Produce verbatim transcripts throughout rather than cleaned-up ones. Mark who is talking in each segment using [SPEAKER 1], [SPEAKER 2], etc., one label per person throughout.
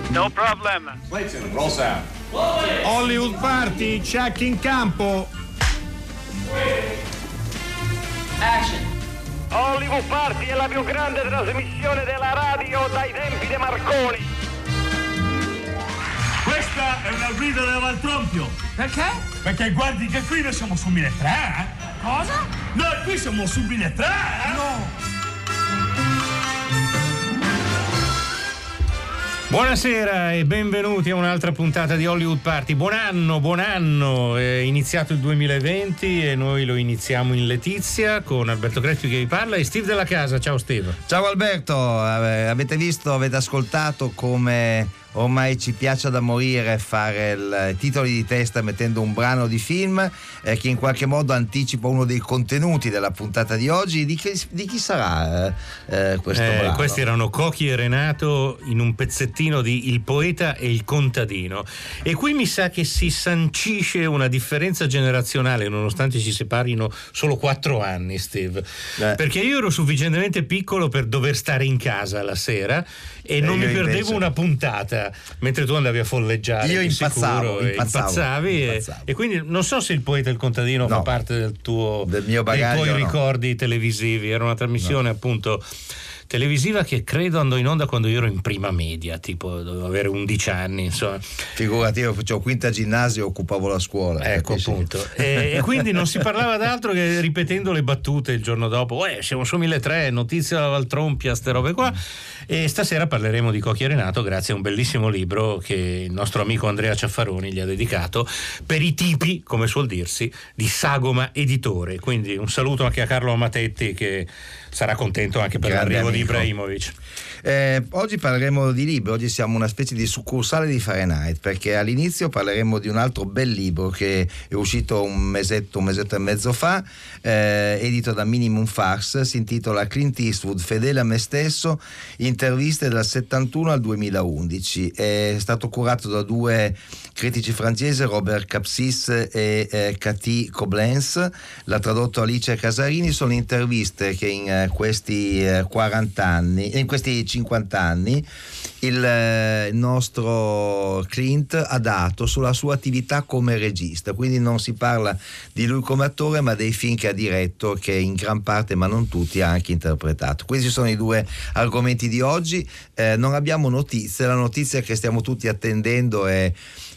[SPEAKER 1] No problem.
[SPEAKER 2] Clayton, roll sound.
[SPEAKER 3] Hollywood Party, check in campo.
[SPEAKER 1] Action. Hollywood Party è la più grande trasmissione della radio dai tempi di Marconi.
[SPEAKER 4] Questa è una guida da Valtrompio.
[SPEAKER 1] Perché?
[SPEAKER 4] Perché guardi che qui noi siamo su mille tre, eh?
[SPEAKER 1] Cosa?
[SPEAKER 4] Noi qui siamo su mille tre, eh?
[SPEAKER 1] No.
[SPEAKER 3] Buonasera e benvenuti a un'altra puntata di Hollywood Party. Buon anno, buon anno. È iniziato il duemilaventi e noi lo iniziamo in letizia con Alberto Crespi che vi parla e Steve Della Casa. Ciao Steve.
[SPEAKER 5] Ciao Alberto, avete visto, avete ascoltato come ormai ci piace da morire fare il titoli di testa mettendo un brano di film eh, che in qualche modo anticipa uno dei contenuti della puntata di oggi. Di chi, di chi sarà eh, questo
[SPEAKER 3] eh,
[SPEAKER 5] brano?
[SPEAKER 3] Questi erano Cochi e Renato in un pezzettino di Il poeta e il contadino, e qui mi sa che si sancisce una differenza generazionale nonostante ci separino solo quattro anni, Steve, eh. perché io ero sufficientemente piccolo per dover stare in casa la sera e non mi perdevo invece una puntata mentre tu andavi a folleggiare.
[SPEAKER 5] Io impazzavo,
[SPEAKER 3] sicuro,
[SPEAKER 5] impazzavo,
[SPEAKER 3] impazzavi
[SPEAKER 5] impazzavo.
[SPEAKER 3] E, e quindi non so se Il poeta e il contadino no, fa parte del tuo
[SPEAKER 5] del mio bagaglio,
[SPEAKER 3] dei tuoi
[SPEAKER 5] no.
[SPEAKER 3] ricordi televisivi. Era una trasmissione no. appunto televisiva che credo andò in onda quando io ero in prima media, tipo dovevo avere undici anni, insomma.
[SPEAKER 5] Figurati, io facevo quinta ginnasio e occupavo la scuola.
[SPEAKER 3] Ecco, capisci? Appunto. E, e quindi non si parlava d'altro che ripetendo le battute il giorno dopo. Eh, siamo su mille tre, notizia da Valtrompia, ste robe qua. E stasera parleremo di Cochi e Renato grazie a un bellissimo libro che il nostro amico Andrea Ciaffaroni gli ha dedicato per i tipi, come suol dirsi, di Sagoma Editore. Quindi un saluto anche a Carlo Amatetti che sarà contento anche per
[SPEAKER 5] Grande
[SPEAKER 3] l'arrivo
[SPEAKER 5] amico
[SPEAKER 3] di Ibrahimovic.
[SPEAKER 5] Eh, oggi parleremo di libri, oggi siamo una specie di succursale di Fahrenheit, perché all'inizio parleremo di un altro bel libro che è uscito un mesetto, un mesetto e mezzo fa, eh, edito da Minimum Farce, si intitola Clint Eastwood, fedele a me stesso, interviste dal settantuno al duemilaundici. È stato curato da due critici francesi, Robert Capsis e eh, Cathy Koblenz, l'ha tradotto Alice Casarini. Sono interviste che in eh, questi eh, quaranta anni, in questi cinquanta anni il eh, nostro Clint ha dato sulla sua attività come regista, quindi non si parla di lui come attore ma dei film che ha diretto, che in gran parte ma non tutti ha anche interpretato. Questi sono i due argomenti di oggi. Eh, non abbiamo notizie, la notizia che stiamo tutti attendendo è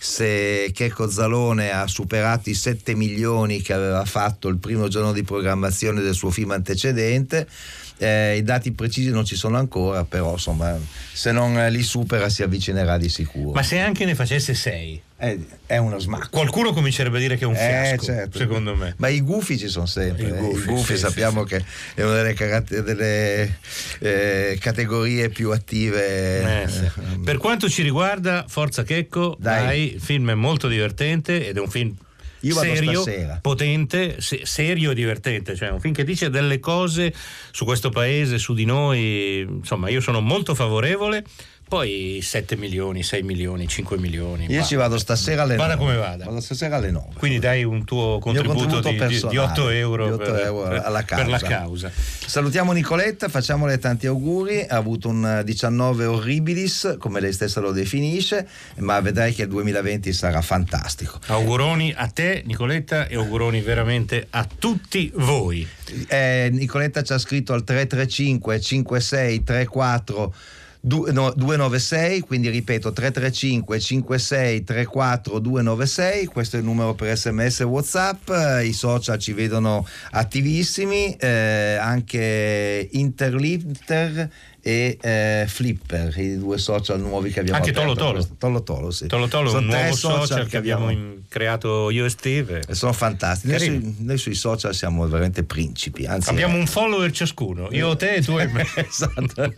[SPEAKER 5] se Checco Zalone ha superato i sette milioni che aveva fatto il primo giorno di programmazione del suo film antecedente. Eh, i dati precisi non ci sono ancora, però insomma se non li supera si avvicinerà di sicuro.
[SPEAKER 3] Ma se anche ne facesse sei
[SPEAKER 5] è, è uno smacco.
[SPEAKER 3] Qualcuno comincerebbe a dire che è un fiasco,
[SPEAKER 5] eh, certo.
[SPEAKER 3] secondo me.
[SPEAKER 5] Ma i gufi ci sono sempre. I gufi, I gufi
[SPEAKER 3] sì,
[SPEAKER 5] sappiamo
[SPEAKER 3] sì,
[SPEAKER 5] che è una delle, caratter- delle eh, categorie più attive.
[SPEAKER 3] Eh, sì. Per quanto ci riguarda, forza Checco, dai. dai, il film è molto divertente ed è un film
[SPEAKER 5] Io vado
[SPEAKER 3] serio,
[SPEAKER 5] stasera.
[SPEAKER 3] potente, se- serio e divertente, cioè un film che dice delle cose su questo paese, su di noi. Insomma, io sono molto favorevole. Poi sette milioni, sei milioni, cinque milioni.
[SPEAKER 5] Io
[SPEAKER 3] va.
[SPEAKER 5] ci vado stasera alle
[SPEAKER 3] vada
[SPEAKER 5] nove.
[SPEAKER 3] come vada.
[SPEAKER 5] Vado stasera alle nove.
[SPEAKER 3] Quindi dai un tuo contributo,
[SPEAKER 5] contributo
[SPEAKER 3] di, di, di otto euro,
[SPEAKER 5] di otto
[SPEAKER 3] per,
[SPEAKER 5] euro
[SPEAKER 3] per,
[SPEAKER 5] alla causa.
[SPEAKER 3] per la causa.
[SPEAKER 5] Salutiamo Nicoletta, facciamole tanti auguri. Ha avuto un diciannove horribilis, come lei stessa lo definisce, ma vedrai che il duemilaventi sarà fantastico.
[SPEAKER 3] Auguroni a te, Nicoletta, e auguroni veramente a tutti voi.
[SPEAKER 5] Eh, Nicoletta ci ha scritto al tre tre cinque cinque sei tre quattro due nove sei, quindi ripeto tre tre cinque cinque sei tre quattro due nove sei, questo è il numero per sms e WhatsApp. I social ci vedono attivissimi, eh, anche Interlifter e eh, Flipper, i due social nuovi che abbiamo
[SPEAKER 3] anche
[SPEAKER 5] aperto.
[SPEAKER 3] Tolo Tolo
[SPEAKER 5] Tolo Tolo, sì.
[SPEAKER 3] Tolo Tolo è un nuovo social, social che abbiamo, abbiamo in, creato io e Steve
[SPEAKER 5] e sono fantastici. Noi, sui, noi sui social siamo veramente principi, anzi
[SPEAKER 3] abbiamo
[SPEAKER 5] eh.
[SPEAKER 3] un follower ciascuno, io te e tu e me.
[SPEAKER 5] Esatto.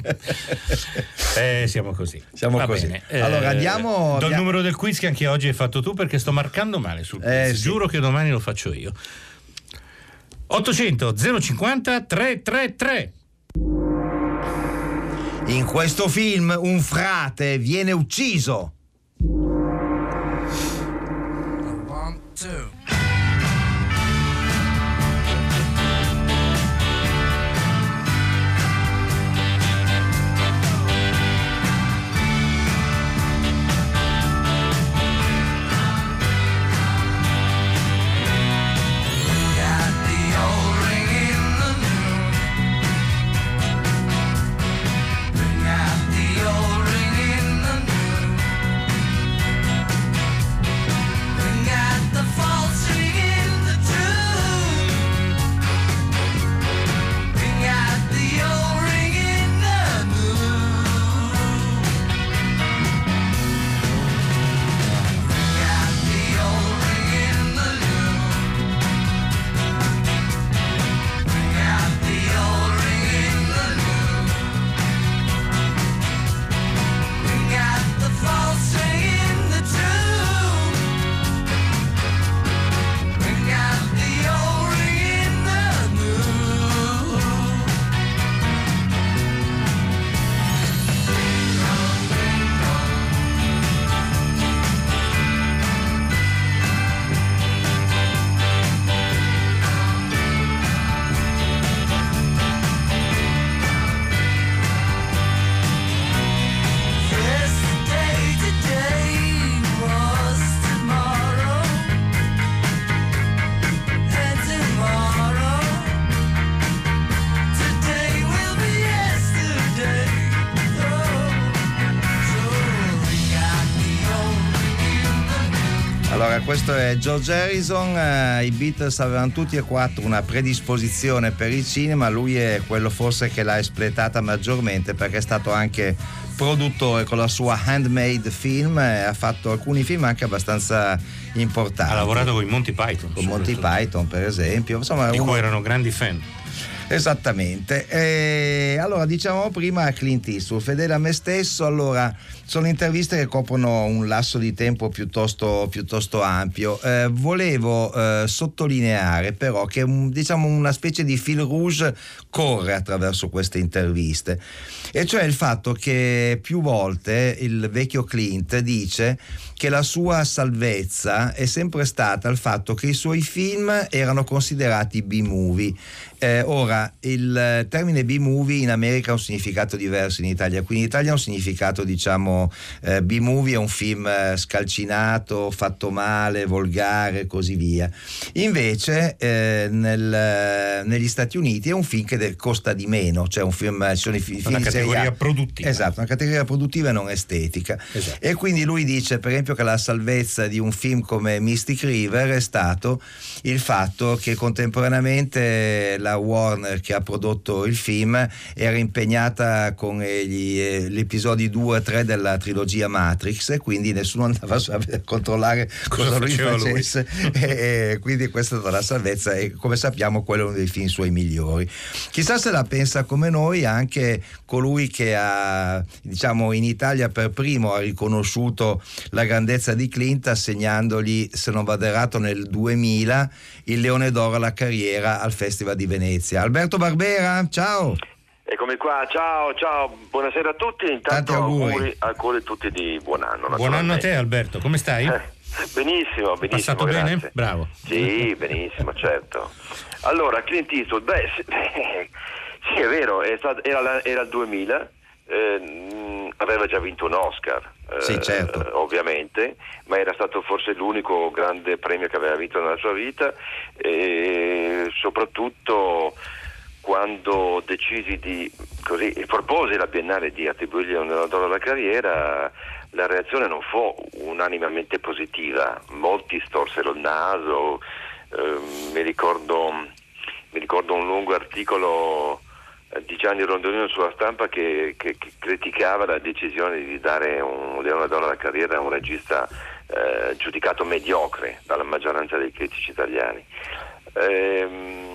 [SPEAKER 3] eh, siamo così
[SPEAKER 5] siamo
[SPEAKER 3] Va
[SPEAKER 5] così
[SPEAKER 3] bene.
[SPEAKER 5] Allora andiamo
[SPEAKER 3] eh, do
[SPEAKER 5] abbiamo...
[SPEAKER 3] il numero del quiz che anche oggi hai fatto tu, perché sto marcando male sul quiz.
[SPEAKER 5] eh, sì.
[SPEAKER 3] Giuro che domani lo faccio io. Ottocento zero cinquanta trecentotrentatré.
[SPEAKER 5] In questo film un frate viene ucciso.
[SPEAKER 6] One, two.
[SPEAKER 5] Allora, questo è George Harrison. eh, I Beatles avevano tutti e quattro una predisposizione per il cinema, lui è quello forse che l'ha espletata maggiormente perché è stato anche produttore con la sua Handmade Film e ha fatto alcuni film anche abbastanza importanti.
[SPEAKER 3] Ha lavorato con i Monty Python.
[SPEAKER 5] Con Monty Python, per esempio. Insomma,
[SPEAKER 3] di
[SPEAKER 5] uno...
[SPEAKER 3] cui erano grandi fan.
[SPEAKER 5] Esattamente. E allora, diciamo prima Clint Eastwood, fedele a me stesso. Allora, sono interviste che coprono un lasso di tempo piuttosto, piuttosto ampio. Eh, volevo eh, sottolineare però che un, diciamo una specie di fil rouge corre attraverso queste interviste, e cioè il fatto che più volte il vecchio Clint dice che la sua salvezza è sempre stata il fatto che i suoi film erano considerati B-movie. Eh, ora, il termine B-movie in America ha un significato diverso in Italia. Qui in Italia ha un significato, diciamo, eh, B-movie è un film eh, scalcinato, fatto male, volgare, così via. Invece eh, nel, negli Stati Uniti è un film che de- costa di meno, cioè un film, ci sono i fi-
[SPEAKER 3] una
[SPEAKER 5] film
[SPEAKER 3] categoria produttiva.
[SPEAKER 5] Esatto, una categoria produttiva e non estetica.
[SPEAKER 3] Esatto.
[SPEAKER 5] E quindi lui dice, per esempio, che la salvezza di un film come Mystic River è stato il fatto che contemporaneamente la Warner, che ha prodotto il film, era impegnata con gli, eh, gli episodi due e tre della trilogia Matrix, e quindi nessuno andava a controllare cosa, cosa lui facesse lui. e, e quindi questa è stata la salvezza, e come sappiamo quello è uno dei film suoi migliori. Chissà se la pensa come noi anche colui che ha, diciamo, in Italia per primo ha riconosciuto la grandezza di Clint, assegnandogli, se non vado errato, nel duemila il Leone d'Oro alla carriera al Festival di Venezia. Alberto Barbera, ciao.
[SPEAKER 2] Eccomi qua, ciao, ciao, buonasera a tutti. Intanto
[SPEAKER 5] Tanti auguri.
[SPEAKER 2] auguri, auguri a tutti di buon anno.
[SPEAKER 3] Buon anno a te, Alberto, come stai?
[SPEAKER 2] Eh, benissimo, benissimo.
[SPEAKER 3] Passato
[SPEAKER 2] grazie.
[SPEAKER 3] bene? Bravo.
[SPEAKER 2] Sì, benissimo, certo. Allora, Clint Eastwood, beh, sì, sì, è vero, è stato, era, era il duemila, eh, aveva già vinto un Oscar.
[SPEAKER 5] Sì, certo.
[SPEAKER 2] Eh, ovviamente, ma era stato forse l'unico grande premio che aveva vinto nella sua vita, e soprattutto quando decisi di, così, proposi la Biennale di attribuirgli un Leone d'Oro alla carriera, la reazione non fu unanimemente positiva, molti storsero il naso, eh, mi ricordo mi ricordo un lungo articolo di Gianni Rondolino sulla Stampa che, che, che criticava la decisione di dare un Leone d'Oro alla carriera a un regista eh, giudicato mediocre dalla maggioranza dei critici italiani. Ehm,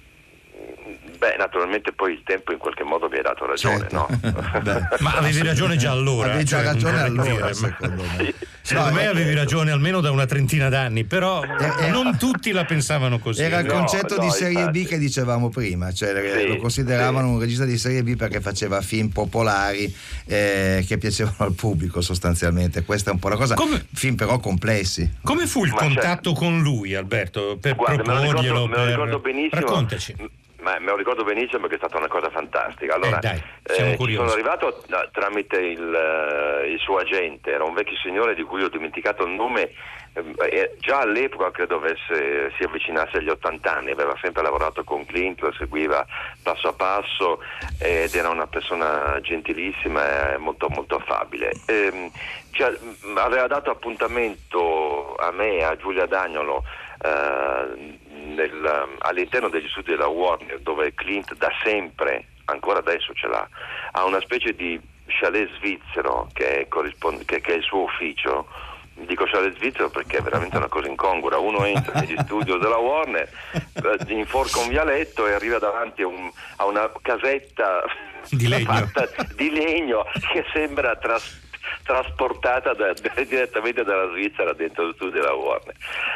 [SPEAKER 2] Beh, naturalmente poi il tempo in qualche modo mi ha dato ragione,
[SPEAKER 5] certo.
[SPEAKER 2] no?
[SPEAKER 3] Ma avevi ragione già allora.
[SPEAKER 5] Avevi già
[SPEAKER 3] cioè,
[SPEAKER 5] ragione allora,
[SPEAKER 3] dire,
[SPEAKER 5] secondo me.
[SPEAKER 2] Sì.
[SPEAKER 3] Secondo
[SPEAKER 5] No,
[SPEAKER 3] me
[SPEAKER 5] è-
[SPEAKER 3] avevi ragione almeno da una trentina d'anni, però
[SPEAKER 5] eh,
[SPEAKER 3] non tutti la pensavano così.
[SPEAKER 5] Era il
[SPEAKER 2] No,
[SPEAKER 5] concetto
[SPEAKER 2] no,
[SPEAKER 5] di serie
[SPEAKER 2] infatti.
[SPEAKER 5] B che dicevamo prima, cioè
[SPEAKER 2] Sì,
[SPEAKER 5] lo consideravano
[SPEAKER 2] sì.
[SPEAKER 5] un regista di serie B perché faceva film popolari eh, che piacevano al pubblico sostanzialmente. Questa è un po' la cosa.
[SPEAKER 3] Come-
[SPEAKER 5] Film però complessi.
[SPEAKER 3] Come fu il
[SPEAKER 2] Ma
[SPEAKER 3] contatto con lui, Alberto? Per
[SPEAKER 2] Guarda, me lo
[SPEAKER 3] proporglielo?
[SPEAKER 2] ricordo, me lo
[SPEAKER 3] per-
[SPEAKER 2] ricordo benissimo.
[SPEAKER 3] Raccontaci.
[SPEAKER 2] Ma me lo ricordo benissimo perché è stata una cosa fantastica. Allora,
[SPEAKER 3] Eh, dai, siamo
[SPEAKER 2] eh, ci
[SPEAKER 3] curiosi.
[SPEAKER 2] sono arrivato no, tramite il, eh, il suo agente, era un vecchio signore di cui ho dimenticato il nome, eh, già all'epoca credo avesse, si avvicinasse agli ottanta anni, aveva sempre lavorato con Clint, lo seguiva passo a passo ed era una persona gentilissima e molto, molto affabile. Ehm, cioè, aveva dato appuntamento a me e a Giulia Dagnolo eh, Nel, all'interno degli studi della Warner, dove Clint da sempre, ancora adesso ce l'ha, ha una specie di chalet svizzero che è, corrispond- che, che è il suo ufficio. Dico chalet svizzero perché è veramente una cosa incongrua. Uno entra negli studio della Warner, eh, inforca un vialetto e arriva davanti a, un, a una casetta
[SPEAKER 3] Di legno.
[SPEAKER 2] fatta di legno che sembra tras- trasportata da, da, direttamente dalla Svizzera dentro lo studio della Warner.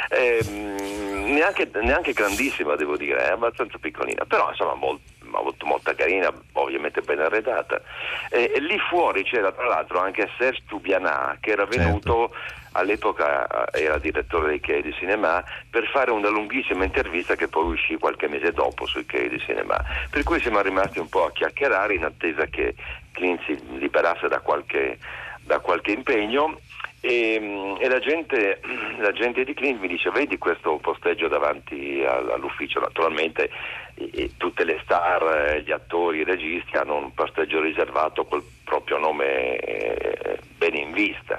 [SPEAKER 2] Ehm, neanche, neanche grandissima, devo dire, è abbastanza piccolina, però insomma molto, molto, molto carina, ovviamente ben arredata. E, e lì fuori c'era tra l'altro anche Serge Toubiana, che era venuto, certo. All'epoca era direttore dei Cahiers du Cinéma, per fare una lunghissima intervista che poi uscì qualche mese dopo sui Cahiers du Cinéma, per cui siamo rimasti un po' a chiacchierare in attesa che Clint si liberasse da qualche da qualche impegno, e, e la gente la gente di Clint mi dice: vedi questo posteggio davanti all'ufficio? Naturalmente e, e tutte le star, gli attori, i registi hanno un posteggio riservato col proprio nome eh, bene in vista,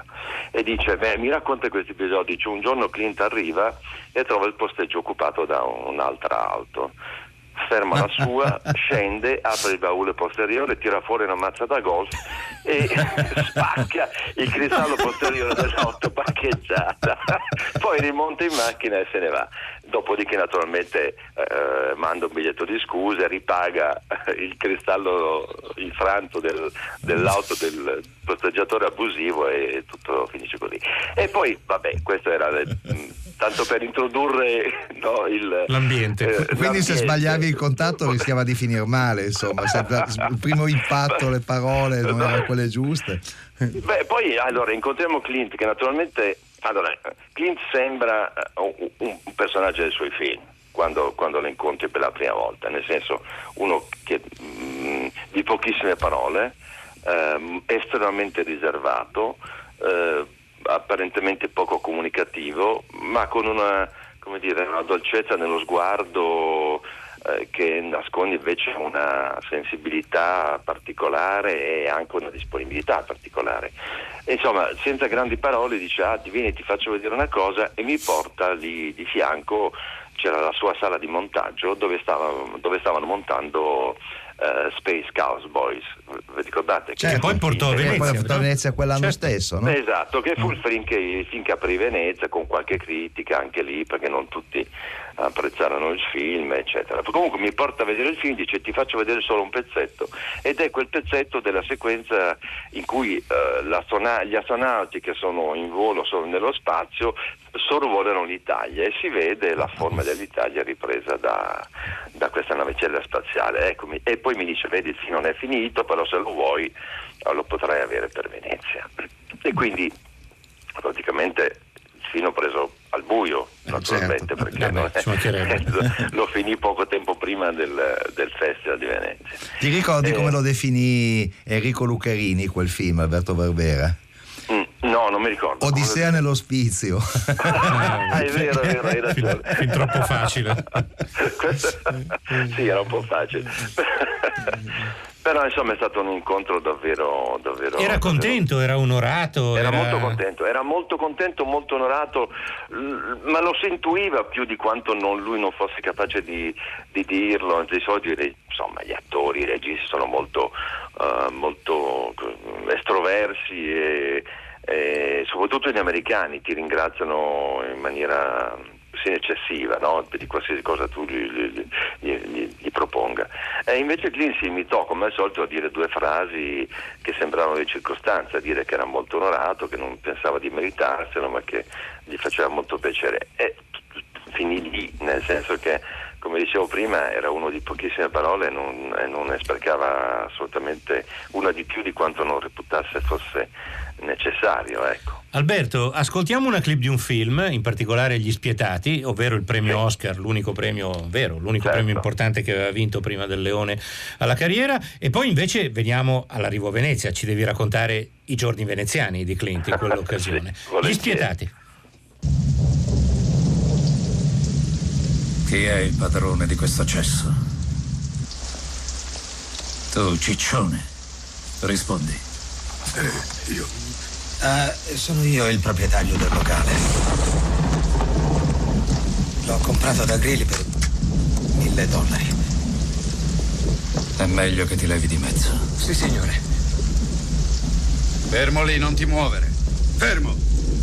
[SPEAKER 2] e dice, beh, mi racconta questi episodi. C'è un giorno Clint arriva e trova il posteggio occupato da un'altra auto, ferma la sua, scende, apre il baule posteriore, tira fuori una mazza da golf e spacca il cristallo posteriore dell'auto parcheggiata. Poi rimonta in macchina e se ne va. Dopodiché naturalmente eh, manda un biglietto di scuse, ripaga il cristallo infranto del, dell'auto del posteggiatore abusivo e tutto finisce così. E poi vabbè, questo era le, tanto per introdurre, no, il,
[SPEAKER 3] l'ambiente.
[SPEAKER 5] Eh, Quindi
[SPEAKER 2] l'ambiente.
[SPEAKER 5] Se sbagliavi il contatto rischiava di finire male, insomma, se il primo impatto, le parole non erano quelle giuste.
[SPEAKER 2] Beh, poi allora incontriamo Clint, che naturalmente allora, Clint sembra un, un personaggio dei suoi film quando, quando lo incontri per la prima volta, nel senso uno che mh, di pochissime parole, ehm, estremamente riservato, eh, apparentemente poco comunicativo, ma con una, come dire, una dolcezza nello sguardo eh, che nasconde invece una sensibilità particolare e anche una disponibilità particolare. Insomma, senza grandi parole dice, ah, ti vieni, ti faccio vedere una cosa, e mi porta lì di fianco, c'era la sua sala di montaggio dove stavano, dove stavano montando uh, Space Cowboys, vi ricordate?
[SPEAKER 5] Cioè,
[SPEAKER 3] che poi portò a Venezia,
[SPEAKER 5] poi portò a Venezia quell'anno
[SPEAKER 3] certo.
[SPEAKER 5] stesso, no?
[SPEAKER 2] Esatto, che fu il film che, il film che aprì Venezia, con qualche critica anche lì, perché non tutti apprezzarono il film, eccetera. Comunque mi porta a vedere il film, dice, ti faccio vedere solo un pezzetto, ed è quel pezzetto della sequenza in cui eh, l'astrona- gli astronauti che sono in volo, sono nello spazio, sorvolano l'Italia e si vede la forma dell'Italia ripresa da, da questa navicella spaziale. Eccomi. E poi mi dice, vedi, il film non è finito, però se lo vuoi lo potrai avere per Venezia. E quindi praticamente il film ho preso al buio, naturalmente,
[SPEAKER 5] certo.
[SPEAKER 2] perché
[SPEAKER 3] Eh beh,
[SPEAKER 2] non è-
[SPEAKER 3] ci mancherebbe.
[SPEAKER 2] lo finì poco tempo prima del, del Festival di Venezia.
[SPEAKER 5] Ti ricordi
[SPEAKER 2] Eh,
[SPEAKER 5] come lo definì Enrico Lucarini quel film, Alberto Barbera?
[SPEAKER 2] mm, no, non mi ricordo.
[SPEAKER 5] Odissea nell'ospizio.
[SPEAKER 2] Ah, è vero, è vero, hai ragione.
[SPEAKER 3] Fin, fin troppo facile.
[SPEAKER 2] Sì, era un po' facile. Però insomma è stato un incontro davvero davvero
[SPEAKER 3] Era contento, era onorato.
[SPEAKER 2] Era,
[SPEAKER 3] Era
[SPEAKER 2] molto contento, era molto contento, molto onorato, l- ma lo si intuiva più di quanto non, lui non fosse capace di, di dirlo. Di solito, insomma, gli attori, i registi sono molto, uh, molto estroversi e, e soprattutto gli americani ti ringraziano in maniera eccessiva, no? Di qualsiasi cosa tu gli, gli, gli, gli, gli proponga. E invece Clint si limitò come al solito a dire due frasi che sembravano di circostanza, a dire che era molto onorato, che non pensava di meritarselo, ma che gli faceva molto piacere. E finì lì, nel senso che, come dicevo prima, era uno di pochissime parole e non, e non ne sprecava assolutamente una di più di quanto non reputasse fosse necessario, ecco.
[SPEAKER 3] Alberto, ascoltiamo una clip di un film, in particolare Gli Spietati, ovvero il premio
[SPEAKER 2] Sì.
[SPEAKER 3] Oscar, l'unico premio vero, l'unico
[SPEAKER 2] Certo.
[SPEAKER 3] premio importante che aveva vinto prima del Leone alla carriera, e poi invece veniamo all'arrivo a Venezia, ci devi raccontare i giorni veneziani di Clint in quell'occasione.
[SPEAKER 2] Sì,
[SPEAKER 3] Gli
[SPEAKER 2] volentieri.
[SPEAKER 3] Spietati.
[SPEAKER 7] Chi è il padrone di questo cesso? Tu, ciccione, rispondi.
[SPEAKER 6] Eh, io. Ah, sono io il proprietario del locale. L'ho comprato da Grilli per mille dollari.
[SPEAKER 7] È meglio che ti levi di mezzo.
[SPEAKER 6] Sì, signore.
[SPEAKER 8] Fermo lì, non ti muovere. Fermo!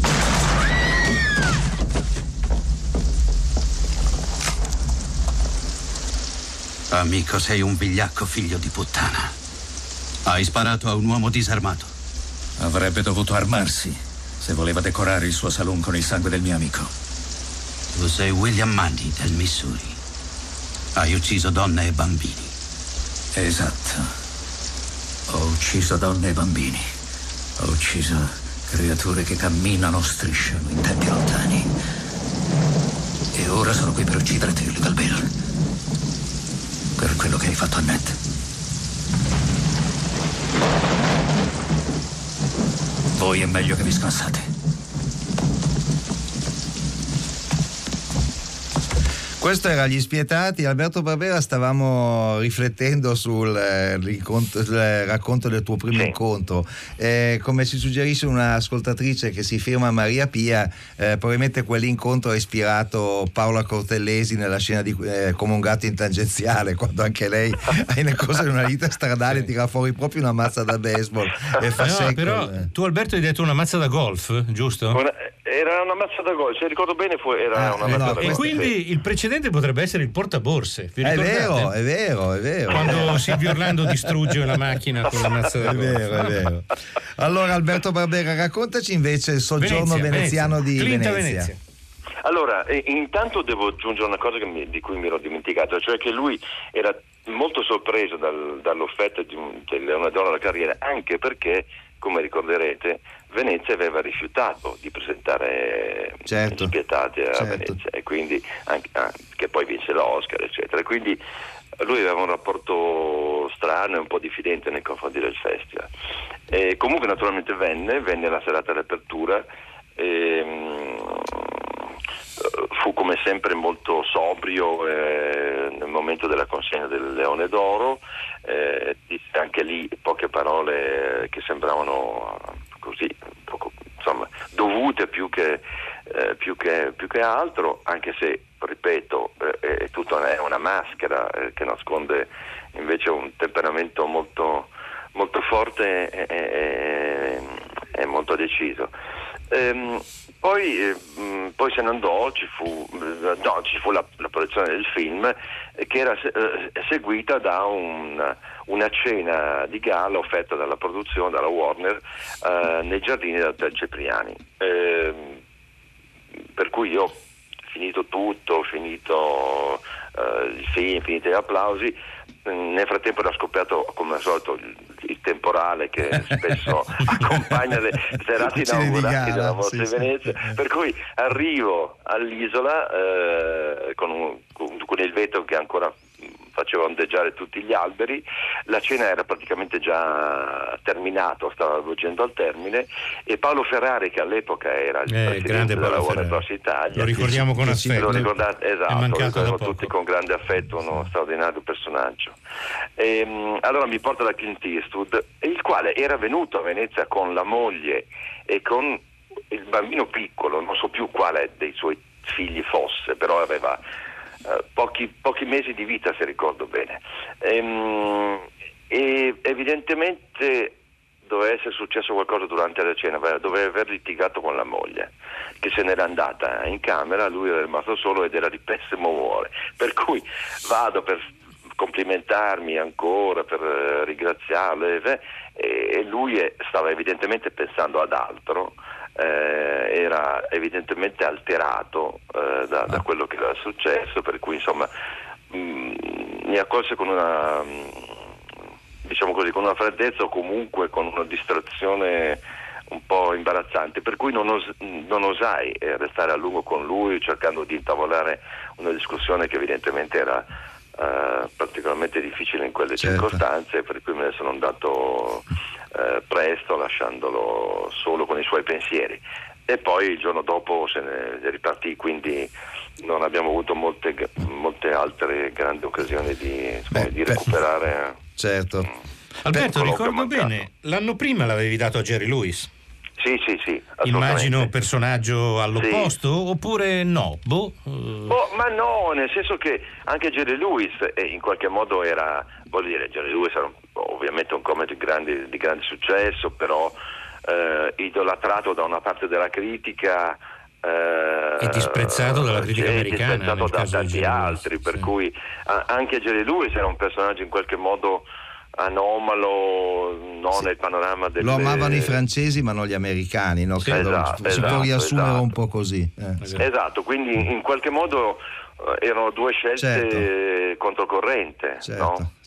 [SPEAKER 9] Amico, sei un vigliacco figlio di puttana. Hai sparato a un uomo disarmato.
[SPEAKER 7] Avrebbe dovuto armarsi se voleva decorare il suo salon con il sangue del mio amico.
[SPEAKER 9] Tu sei William Manny del Missouri. Hai ucciso donne e bambini.
[SPEAKER 7] Esatto. Ho ucciso donne e bambini. Ho ucciso creature che camminano, strisciano in tempi lontani. E ora sono qui per uccidere te, Little Bill. Per quello che hai fatto a Ned. Voi è meglio che vi scansate.
[SPEAKER 5] Questo era Gli Spietati. Alberto Barbera, stavamo riflettendo sul eh, l'incontro, il racconto del tuo primo
[SPEAKER 2] sì.
[SPEAKER 5] incontro. Eh, come ci suggerisce un'ascoltatrice che si firma Maria Pia, eh, probabilmente quell'incontro ha ispirato Paola Cortellesi nella scena di eh, Come un gatto in tangenziale, quando anche lei nel corso di una lite stradale tira fuori proprio una mazza da baseball e fa
[SPEAKER 3] no,
[SPEAKER 5] secco.
[SPEAKER 3] Però
[SPEAKER 5] eh.
[SPEAKER 3] tu, Alberto, hai detto una mazza da golf, giusto?
[SPEAKER 2] Una, era una mazza da golf, se ricordo bene fu, era
[SPEAKER 5] Ah,
[SPEAKER 2] una
[SPEAKER 5] eh,
[SPEAKER 2] mazza
[SPEAKER 5] no,
[SPEAKER 2] da golf.
[SPEAKER 3] E quindi il precedente potrebbe essere il portaborse. Vi
[SPEAKER 5] È
[SPEAKER 3] ricordate?
[SPEAKER 5] vero, è vero, è vero.
[SPEAKER 3] Quando Silvio Orlando distrugge la macchina con la mazza da
[SPEAKER 5] È
[SPEAKER 3] golf.
[SPEAKER 5] vero, è vero. Allora, Alberto Barbera, raccontaci invece il soggiorno
[SPEAKER 3] Venezia,
[SPEAKER 5] veneziano
[SPEAKER 3] Venezia.
[SPEAKER 5] di
[SPEAKER 3] Clinta,
[SPEAKER 5] Venezia.
[SPEAKER 3] Venezia.
[SPEAKER 2] Allora, eh, intanto devo aggiungere una cosa che mi, di cui mi ero dimenticato, cioè che lui era molto sorpreso dal, dall'offerta di, un, di Leonardo alla carriera, anche perché, come ricorderete, Venezia aveva rifiutato di presentare
[SPEAKER 5] certo,
[SPEAKER 2] Gli Spietati a
[SPEAKER 5] certo.
[SPEAKER 2] Venezia, e quindi anche, ah, che poi vinse l'Oscar, eccetera. E quindi lui aveva un rapporto strano e un po' diffidente nei confronti del festival. E comunque naturalmente venne, venne la serata d'apertura. E, fu come sempre molto sobrio eh, nel momento della consegna del Leone d'Oro, eh, disse anche lì poche parole che sembravano così poco, insomma, dovute più che, eh, più che, più che altro, anche se, ripeto, eh, è tutto è una maschera eh, che nasconde invece un temperamento molto, molto forte e, e, e molto deciso. Ehm, poi, eh, poi se ne andò, ci fu, no, ci fu la, la proiezione del film eh, che era eh, seguita da un, una cena di gala offerta dalla produzione, dalla Warner, eh, nei giardini del Cipriani. Eh, per cui io, finito tutto, finito eh, il film, finiti gli applausi, nel frattempo era scoppiato come al solito il, il temporale che spesso accompagna le serate inaugurali della Mostra di Venezia, sì. Per cui arrivo all'isola eh, con, un, con il vetro che ancora faceva ondeggiare tutti gli alberi, la cena era praticamente già terminata, stava avvolgendo al termine, e Paolo Ferrari, che all'epoca era il
[SPEAKER 3] eh,
[SPEAKER 2] presidente della Warner Bros. Italia,
[SPEAKER 3] lo ricordiamo con affetto,
[SPEAKER 2] lo ricordate, esatto, lo ricordiamo tutti
[SPEAKER 3] poco.
[SPEAKER 2] con grande affetto, uno straordinario personaggio. E, allora mi porta da Clint Eastwood, il quale era venuto a Venezia con la moglie e con il bambino piccolo, non so più quale dei suoi figli fosse, però aveva Uh, pochi, pochi mesi di vita, se ricordo bene, ehm, e evidentemente doveva essere successo qualcosa durante la cena, doveva aver litigato con la moglie, che se n'era andata in camera, lui era rimasto solo ed era di pessimo umore, per cui vado per complimentarmi ancora, per uh, ringraziarlo, e, e lui è, stava evidentemente pensando ad altro. Eh, era evidentemente alterato eh, da, da quello che era successo, per cui insomma mh, mi accolse con una mh, diciamo così, con una freddezza, o comunque con una distrazione un po' imbarazzante, per cui non, os- non osai eh, restare a lungo con lui, cercando di intavolare una discussione che evidentemente era eh, particolarmente difficile in quelle certo. circostanze, per cui me ne sono andato Eh, presto, lasciandolo solo con i suoi pensieri, e poi il giorno dopo se ne ripartì, quindi non abbiamo avuto molte, molte altre grandi occasioni di, Beh, di recuperare.
[SPEAKER 5] Certo.
[SPEAKER 2] Mh,
[SPEAKER 3] Alberto, ricordo bene, l'anno prima l'avevi dato a Jerry Lewis.
[SPEAKER 2] Sì, sì, sì.
[SPEAKER 3] Immagino personaggio all'opposto, sì. Oppure no? Boh.
[SPEAKER 2] Oh, ma no, nel senso che anche Jerry Lewis eh, in qualche modo era, voglio dire, Jerry Lewis era un, ovviamente un comico di grande, di grande successo, però eh, idolatrato da una parte della critica eh,
[SPEAKER 3] e disprezzato dalla critica
[SPEAKER 2] sì,
[SPEAKER 3] americana,
[SPEAKER 2] disprezzato da tanti altri,
[SPEAKER 3] Lewis,
[SPEAKER 2] per
[SPEAKER 3] sì.
[SPEAKER 2] cui a, anche Jerry Lewis era un personaggio in qualche modo anomalo, non sì. nel panorama delle...
[SPEAKER 5] Lo amavano i francesi ma non gli americani, no?
[SPEAKER 2] Sì,
[SPEAKER 5] Credo
[SPEAKER 2] esatto,
[SPEAKER 5] si
[SPEAKER 2] esatto,
[SPEAKER 5] può riassumere
[SPEAKER 2] esatto.
[SPEAKER 5] un po' così. Eh.
[SPEAKER 2] Esatto. esatto, quindi in qualche modo uh, erano due scelte certo. controcorrente,
[SPEAKER 5] certo,
[SPEAKER 2] no?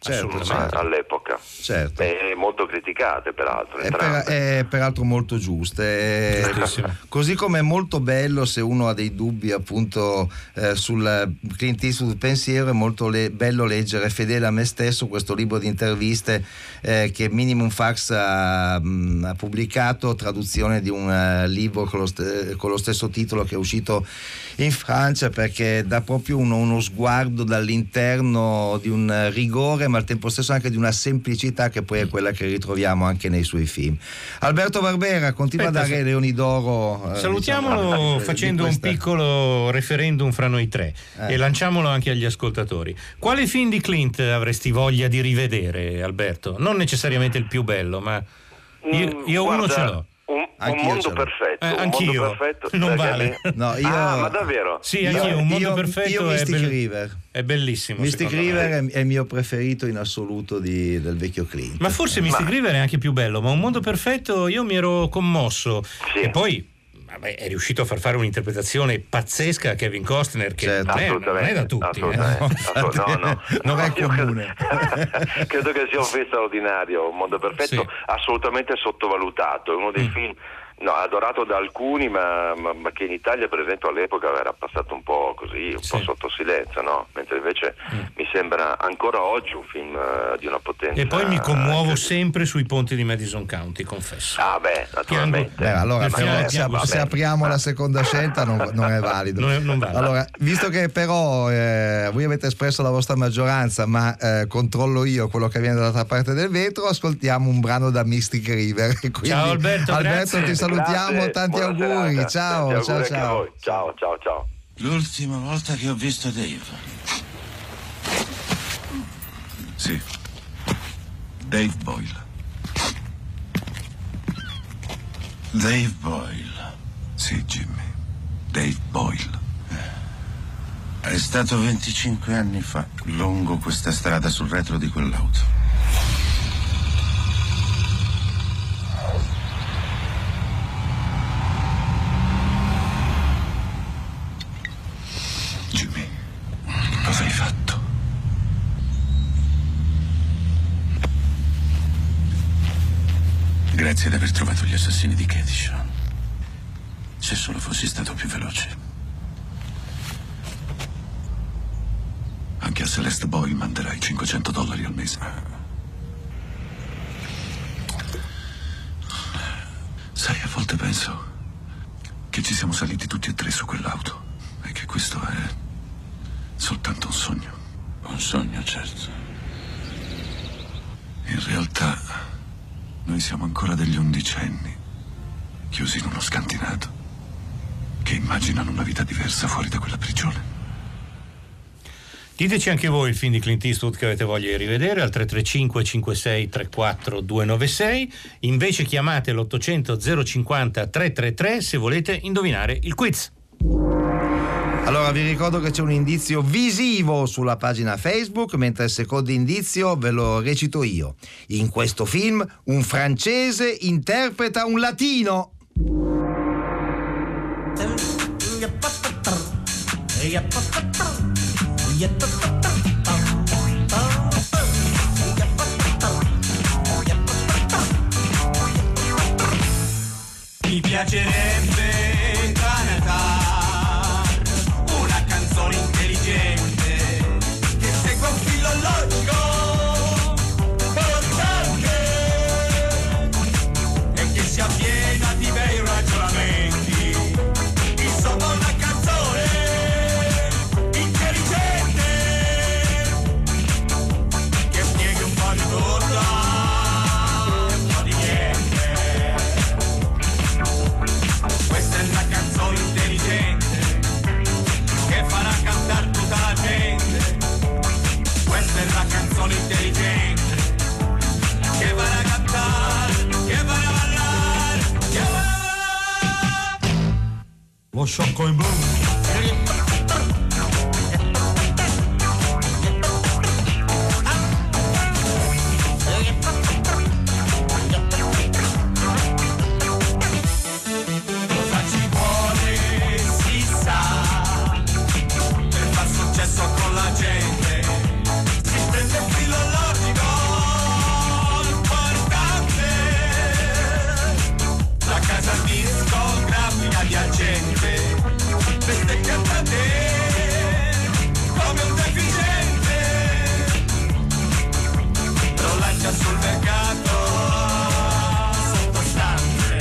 [SPEAKER 5] certo,
[SPEAKER 2] certo. all'epoca,
[SPEAKER 5] certo.
[SPEAKER 2] E molto criticate peraltro,
[SPEAKER 5] e per, è peraltro molto giuste, e, così come è molto bello, se uno ha dei dubbi appunto eh, sul Clint Eastwood pensiero, è molto le, bello leggere Fedele a me stesso, questo libro di interviste eh, che Minimum Fax ha, mh, ha pubblicato, traduzione di un uh, libro con lo, st- con lo stesso titolo che è uscito in Francia, perché dà proprio uno, uno sguardo dall'interno di un rigore, ma al tempo stesso anche di una semplicità che poi è quella che ritroviamo anche nei suoi film. Alberto Barbera continua Aspetta, a dare Leoni d'Oro. Eh,
[SPEAKER 3] salutiamolo
[SPEAKER 5] diciamo,
[SPEAKER 3] facendo
[SPEAKER 5] questa...
[SPEAKER 3] un piccolo referendum fra noi tre eh. e lanciamolo anche agli ascoltatori. Quale film di Clint avresti voglia di rivedere, Alberto? Non necessariamente il più bello, ma io, io
[SPEAKER 2] Guarda,
[SPEAKER 3] uno ce l'ho.
[SPEAKER 2] Un, un mondo perfetto,
[SPEAKER 3] eh,
[SPEAKER 2] un
[SPEAKER 3] anch'io
[SPEAKER 2] mondo perfetto,
[SPEAKER 3] non vale.
[SPEAKER 5] No, io...
[SPEAKER 2] Ah, ma davvero?
[SPEAKER 3] Sì, anch'io, un mondo
[SPEAKER 5] io,
[SPEAKER 3] perfetto
[SPEAKER 5] io
[SPEAKER 3] è,
[SPEAKER 5] Mystic
[SPEAKER 3] be-
[SPEAKER 5] River.
[SPEAKER 3] è bellissimo.
[SPEAKER 5] Mystic River è, è il mio preferito in assoluto di, del vecchio Clint.
[SPEAKER 3] Ma forse Mystic
[SPEAKER 2] ma...
[SPEAKER 3] River è anche più bello, ma un mondo perfetto io mi ero commosso.
[SPEAKER 2] Sì.
[SPEAKER 3] E poi vabbè, è riuscito a far fare un'interpretazione pazzesca a Kevin Costner, che
[SPEAKER 5] certo.
[SPEAKER 3] non, è, non è da tutti.
[SPEAKER 2] Assolutamente.
[SPEAKER 3] Eh.
[SPEAKER 2] No, no.
[SPEAKER 5] Non è
[SPEAKER 2] Io
[SPEAKER 5] comune.
[SPEAKER 2] Credo, credo che sia un film straordinario, Un mondo perfetto,
[SPEAKER 3] Sì.
[SPEAKER 2] assolutamente sottovalutato. È uno dei mm. film no, adorato da alcuni, ma, ma, ma che in Italia, per esempio, all'epoca era passato un po' così, un
[SPEAKER 3] Sì.
[SPEAKER 2] po' sotto silenzio, no? Mentre invece mm. mi sembra ancora oggi un film uh, di una potenza.
[SPEAKER 3] E poi mi commuovo
[SPEAKER 2] uh,
[SPEAKER 3] sempre sui ponti di Madison County, confesso.
[SPEAKER 2] Ah, beh, naturalmente.
[SPEAKER 5] Beh, allora,
[SPEAKER 3] Nel
[SPEAKER 5] però,
[SPEAKER 3] finale
[SPEAKER 5] se,
[SPEAKER 3] piango
[SPEAKER 5] se
[SPEAKER 3] sempre.
[SPEAKER 5] apriamo la seconda scelta non, non è valido.
[SPEAKER 3] Non è- non vale.
[SPEAKER 5] Allora, visto che però eh, voi avete espresso la vostra maggioranza, ma eh, controllo io quello che viene dall'altra parte del vetro, ascoltiamo un brano da Mystic River. Quindi,
[SPEAKER 3] Ciao, Alberto,
[SPEAKER 5] Alberto,
[SPEAKER 3] grazie.
[SPEAKER 5] ti salutiamo,
[SPEAKER 2] Grazie,
[SPEAKER 5] tanti
[SPEAKER 2] buona
[SPEAKER 5] auguri.
[SPEAKER 2] serata.
[SPEAKER 5] Ciao,
[SPEAKER 2] Tanti
[SPEAKER 5] ciao,
[SPEAKER 2] auguri anche a
[SPEAKER 5] ciao.
[SPEAKER 2] voi. Ciao, ciao, ciao.
[SPEAKER 8] L'ultima volta che ho visto Dave. Sì. Dave Boyle. Dave Boyle. Sì, Jimmy. Dave Boyle. È stato venticinque anni fa, lungo questa strada sul retro di quell'auto. Jimmy, cosa hai fatto? Grazie ad aver trovato gli assassini di Kedishon. Se solo fossi stato più veloce. Anche a Celeste Boyle manderai cinquecento dollari al mese. Sai, a volte penso che ci siamo saliti tutti e tre su quell'auto e che questo è soltanto un sogno. Un sogno, certo. In realtà noi siamo ancora degli undicenni, chiusi in uno scantinato, che immaginano una vita diversa fuori da quella prigione.
[SPEAKER 3] Diteci anche voi il film di Clint Eastwood che avete voglia di rivedere al tre tre cinque cinque sei tre quattro due nove sei. Invece chiamate l'ottocento zero cinquanta tre tre tre se volete indovinare il quiz.
[SPEAKER 5] Allora vi ricordo che c'è un indizio visivo sulla pagina Facebook, mentre il secondo indizio ve lo recito io. In questo film un francese interpreta un latino.
[SPEAKER 4] Mi piacerebbe cantare una canzone intelligente che segua un filo logico, costante e che sia piena di bei ragionamenti. Insomma, una canzone intelligente che spieghi un po' di tutto, un po' di niente. Questa è la canzone intelligente che farà cantare tutta la gente. Questa è la canzone intelligente che farà cantare, che farà ballare, che farà ballare. Lo sciocco in blu. Cosa ci vuole si sa per far successo con la gente. Si prende un filo logico di argente, bestemmia da te come un deficiente, lo lancia sul mercato sottostante.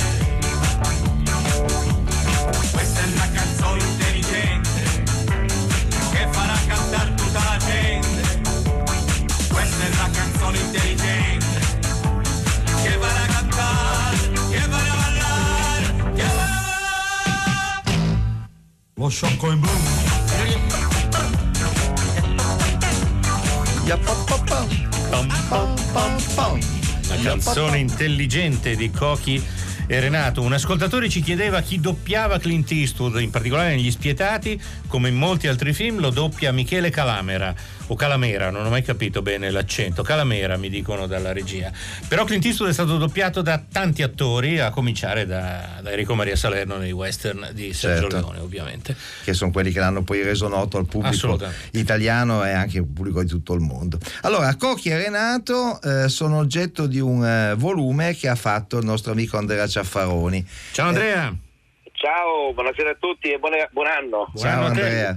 [SPEAKER 4] Questa è la canzone intelligente che farà cantare tutta la gente. Questa è la canzone intelligente che farà cantare, che farà ballare, che farà ballare. Lo sciocco in blu.
[SPEAKER 3] Una canzone intelligente di Cochi e Renato. Un ascoltatore ci chiedeva chi doppiava Clint Eastwood, in particolare negli Spietati, come in molti altri film lo doppia Michele Calamera o Calamera, non ho mai capito bene l'accento. Calamera mi dicono dalla regia. Però Clint Eastwood è stato doppiato da tanti attori, a cominciare da, da Enrico Maria Salerno nei western di Sergio
[SPEAKER 5] Certo.
[SPEAKER 3] Leone, ovviamente.
[SPEAKER 5] Che sono quelli che l'hanno poi reso noto al pubblico italiano e anche al pubblico di tutto il mondo. Allora, Cochi e Renato eh, sono oggetto di un eh, volume che ha fatto il nostro amico Andrea Ciaffaroni.
[SPEAKER 3] Ciao Andrea!
[SPEAKER 5] Eh,
[SPEAKER 10] Ciao, buonasera a tutti e buone, buon anno.
[SPEAKER 5] Ciao Andrea.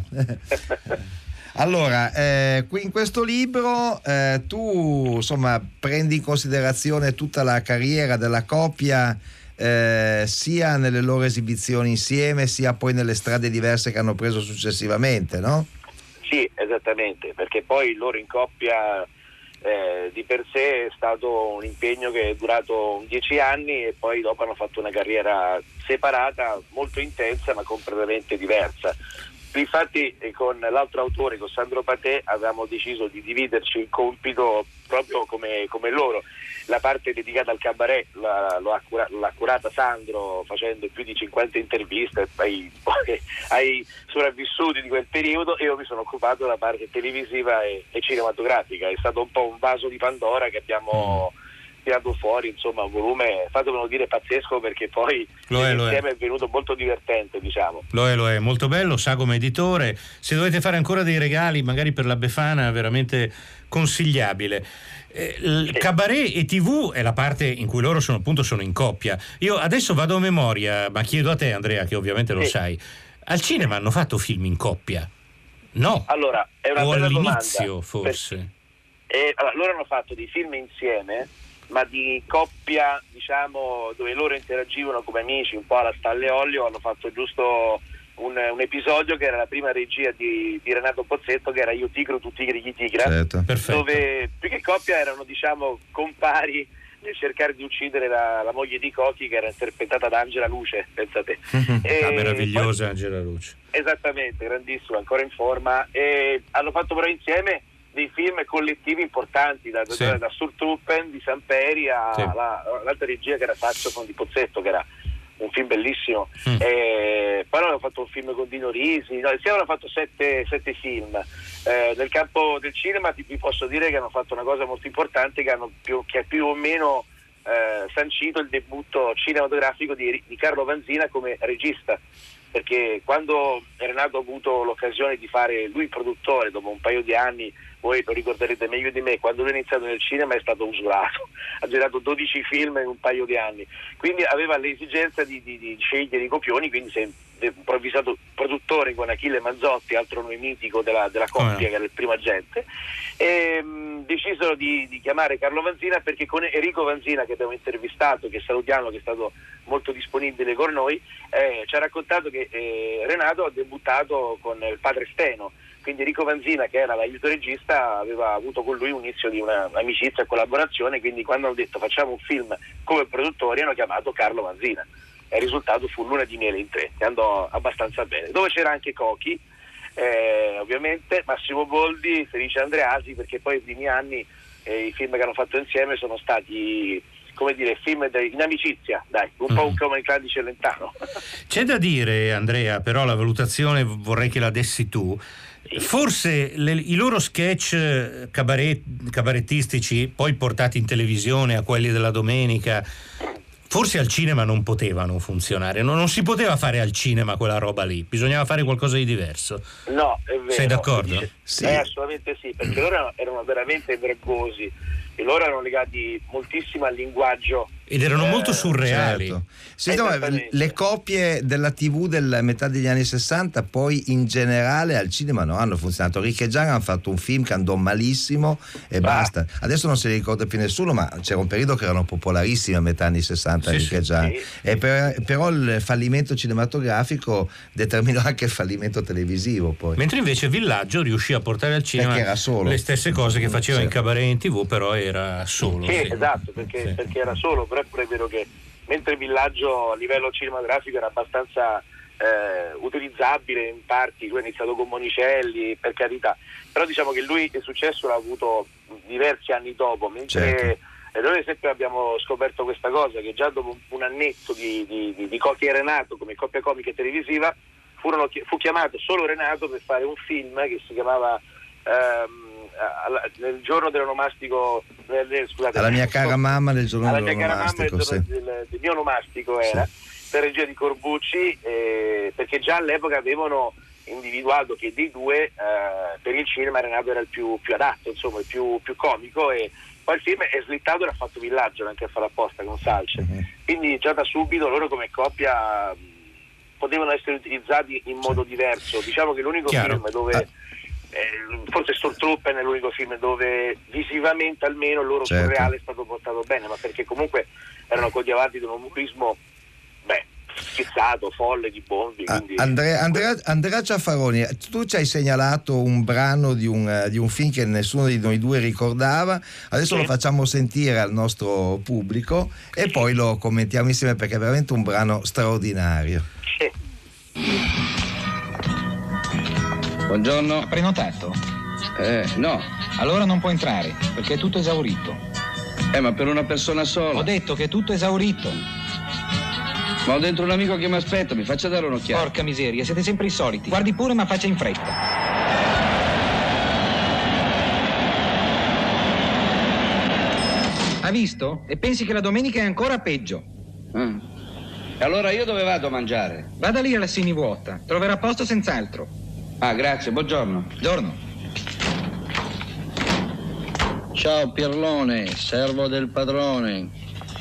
[SPEAKER 5] Allora, eh, qui in questo libro eh, tu insomma prendi in considerazione tutta la carriera della coppia, eh, sia nelle loro esibizioni insieme, sia poi nelle strade diverse che hanno preso successivamente, no?
[SPEAKER 10] Sì, esattamente, perché poi il loro in coppia eh, di per sé è stato un impegno che è durato dieci anni e poi dopo hanno fatto una carriera separata, molto intensa ma completamente diversa. Infatti con l'altro autore, con Sandro Patè, avevamo deciso di dividerci il compito proprio come, come loro. La parte dedicata al cabaret la, l'ha, cura, l'ha curata Sandro facendo più di cinquanta interviste ai, ai sopravvissuti di quel periodo, e io mi sono occupato della parte televisiva e, e cinematografica. È stato un po' un vaso di Pandora che abbiamo tirato fuori, insomma un volume, fatemelo dire, pazzesco, perché poi
[SPEAKER 3] lo è, lo
[SPEAKER 10] insieme
[SPEAKER 3] è.
[SPEAKER 10] è venuto molto divertente, diciamo.
[SPEAKER 3] Lo è, lo è, molto bello, Sagom Editore. Se dovete fare ancora dei regali, magari per la Befana, veramente consigliabile. Eh, il
[SPEAKER 10] Sì.
[SPEAKER 3] Cabaret e tivù è la parte in cui loro sono appunto sono in coppia. Io adesso vado a memoria, ma chiedo a te Andrea, che ovviamente lo
[SPEAKER 10] Sì.
[SPEAKER 3] sai. Al cinema hanno fatto film in coppia? No.
[SPEAKER 10] Allora, è una
[SPEAKER 3] o
[SPEAKER 10] bella
[SPEAKER 3] all'inizio
[SPEAKER 10] domanda.
[SPEAKER 3] forse?
[SPEAKER 10] E, allora, loro hanno fatto dei film insieme, ma di coppia, diciamo, dove loro interagivano come amici, un po' alla Stalle e Olio. Hanno fatto giusto un, un episodio che era la prima regia di, di Renato Pozzetto, che era Io tigro, tu tigri, gli tigra,
[SPEAKER 5] Certo.
[SPEAKER 3] Perfetto.
[SPEAKER 10] dove più che coppia erano, diciamo, compari nel cercare di uccidere la, la moglie di Cochi, che era interpretata da Angela Luce, pensate. E
[SPEAKER 3] Ah, meravigliosa Angela Luce.
[SPEAKER 10] poi- esattamente, grandissima, ancora in forma, e hanno fatto però insieme dei film collettivi importanti, da,
[SPEAKER 3] Sì.
[SPEAKER 10] da, da Surtruppen di Samperi
[SPEAKER 3] Sì.
[SPEAKER 10] all'altra regia che era Saxophone di Pozzetto, che era un film bellissimo.
[SPEAKER 3] Mm.
[SPEAKER 10] E poi hanno fatto un film con Dino Risi, no, insieme hanno fatto sette, sette film. Eh, nel campo del cinema ti, vi posso dire che hanno fatto una cosa molto importante, che hanno più, che ha più o meno eh, sancito il debutto cinematografico di, di Carlo Vanzina come regista, perché quando Renato ha avuto l'occasione di fare lui produttore dopo un paio di anni, voi lo ricorderete meglio di me, quando lui è iniziato nel cinema è stato usurato, ha girato dodici film in un paio di anni, quindi aveva l'esigenza di, di, di scegliere i copioni, quindi si è improvvisato produttore con Achille Manzotti, altro nome mitico della, della coppia,
[SPEAKER 3] Oh, no.
[SPEAKER 10] che era il primo agente, e mh, decisero di, di chiamare Carlo Vanzina, perché con Enrico Vanzina, che abbiamo intervistato, che salutiamo, che è stato molto disponibile con noi, eh, ci ha raccontato che eh, Renato ha debuttato con il padre Steno, quindi Enrico Vanzina, che era l'aiuto regista, aveva avuto con lui un inizio di un'amicizia e collaborazione, quindi quando hanno detto facciamo un film come produttori hanno chiamato Carlo Vanzina, e il risultato fu Luna di miele in tre, che andò abbastanza bene, dove c'era anche Cochi, eh, ovviamente Massimo Boldi, Felice Andreasi, perché poi i primi anni eh, i film che hanno fatto insieme sono stati, come dire, film de- in amicizia, dai, un
[SPEAKER 3] Mm.
[SPEAKER 10] po' un come il Clan di Celentano.
[SPEAKER 3] C'è da dire, Andrea, però la valutazione vorrei che la dessi tu. Forse le, i loro sketch cabaret, cabarettistici, poi portati in televisione a quelli della domenica, forse al cinema non potevano funzionare, non, non si poteva fare al cinema quella roba lì, bisognava fare qualcosa di diverso.
[SPEAKER 10] No, è vero.
[SPEAKER 3] Sei d'accordo?
[SPEAKER 5] Sì.
[SPEAKER 10] Eh, assolutamente sì, perché loro erano veramente verbosi e loro erano legati moltissimo al linguaggio
[SPEAKER 3] Ed erano molto surreali.
[SPEAKER 5] Certo. Sì, no, le copie della tivù della metà degli anni sessanta poi in generale al cinema non hanno funzionato. Rick e Gian hanno fatto un film che andò malissimo e ah. basta. Adesso non se li ricorda più nessuno, ma c'era un periodo che erano popolarissimi a metà anni sessanta, sì, Rick sì, e Gian. Sì. E per, però il fallimento cinematografico determinò anche il fallimento televisivo poi.
[SPEAKER 3] Mentre invece Villaggio riuscì a portare al cinema
[SPEAKER 5] era solo.
[SPEAKER 3] le stesse cose che faceva sì. in cabaret in tivù, però era solo.
[SPEAKER 10] Sì,
[SPEAKER 3] sì.
[SPEAKER 10] esatto, perché,
[SPEAKER 3] sì.
[SPEAKER 10] perché era solo, però è pure vero che mentre Villaggio a livello cinematografico era abbastanza eh, utilizzabile in parti, lui ha iniziato con Monicelli, per carità, però diciamo che lui il successo l'ha avuto diversi anni dopo, mentre certo. E noi ad esempio abbiamo scoperto questa cosa, che già dopo un annetto di, di, di, di Cocchi e Renato come coppia comica televisiva furono, fu chiamato solo Renato per fare un film che si chiamava ehm, alla, nel giorno dell'onomastico eh, scusate,
[SPEAKER 5] alla mia cara mamma nel giorno
[SPEAKER 10] alla
[SPEAKER 5] dell'onomastico,
[SPEAKER 10] mia
[SPEAKER 5] sì.
[SPEAKER 10] cara mamma del, del, del mio onomastico era sì. per regia di Corbucci, eh, perché già all'epoca avevano individuato che dei due eh, per il cinema Renato era il più, più adatto, insomma il più, più comico, e poi il film è slittato e l'ha fatto Villaggio anche a fare apposta con Salce, uh-huh. quindi già da subito loro come coppia mh, potevano essere utilizzati in modo sì. diverso. Diciamo che l'unico Chiaro. film dove ah. eh, forse Stormtrooper è l'unico film dove visivamente almeno il loro certo. surreale è stato portato bene, ma perché comunque erano coadiuvati da un umorismo beh schizzato, folle, di bombi. Quindi...
[SPEAKER 5] Andrea, Andrea, Andrea Ciaffaroni, tu ci hai segnalato un brano di un, di un film che nessuno di noi due ricordava, adesso sì. lo facciamo sentire al nostro pubblico e sì. poi lo commentiamo insieme, perché è veramente un brano straordinario.
[SPEAKER 10] Sì.
[SPEAKER 11] Buongiorno.
[SPEAKER 12] Ha prenotato?
[SPEAKER 11] Eh, no.
[SPEAKER 12] Allora non può entrare, perché è tutto esaurito.
[SPEAKER 11] Eh, ma per una persona sola.
[SPEAKER 12] Ho detto che è tutto esaurito.
[SPEAKER 11] Ma ho dentro un amico che mi aspetta, mi faccia dare un'occhiata.
[SPEAKER 12] Porca miseria, siete sempre i soliti. Guardi pure, ma faccia in fretta. Ha visto? E pensi che la domenica è ancora peggio.
[SPEAKER 11] Ah. E allora io dove vado a mangiare?
[SPEAKER 12] Vada lì alla Sinivuota, troverà posto senz'altro.
[SPEAKER 11] Ah, grazie, buongiorno.
[SPEAKER 12] Buongiorno.
[SPEAKER 11] Ciao Pierlone, servo del padrone.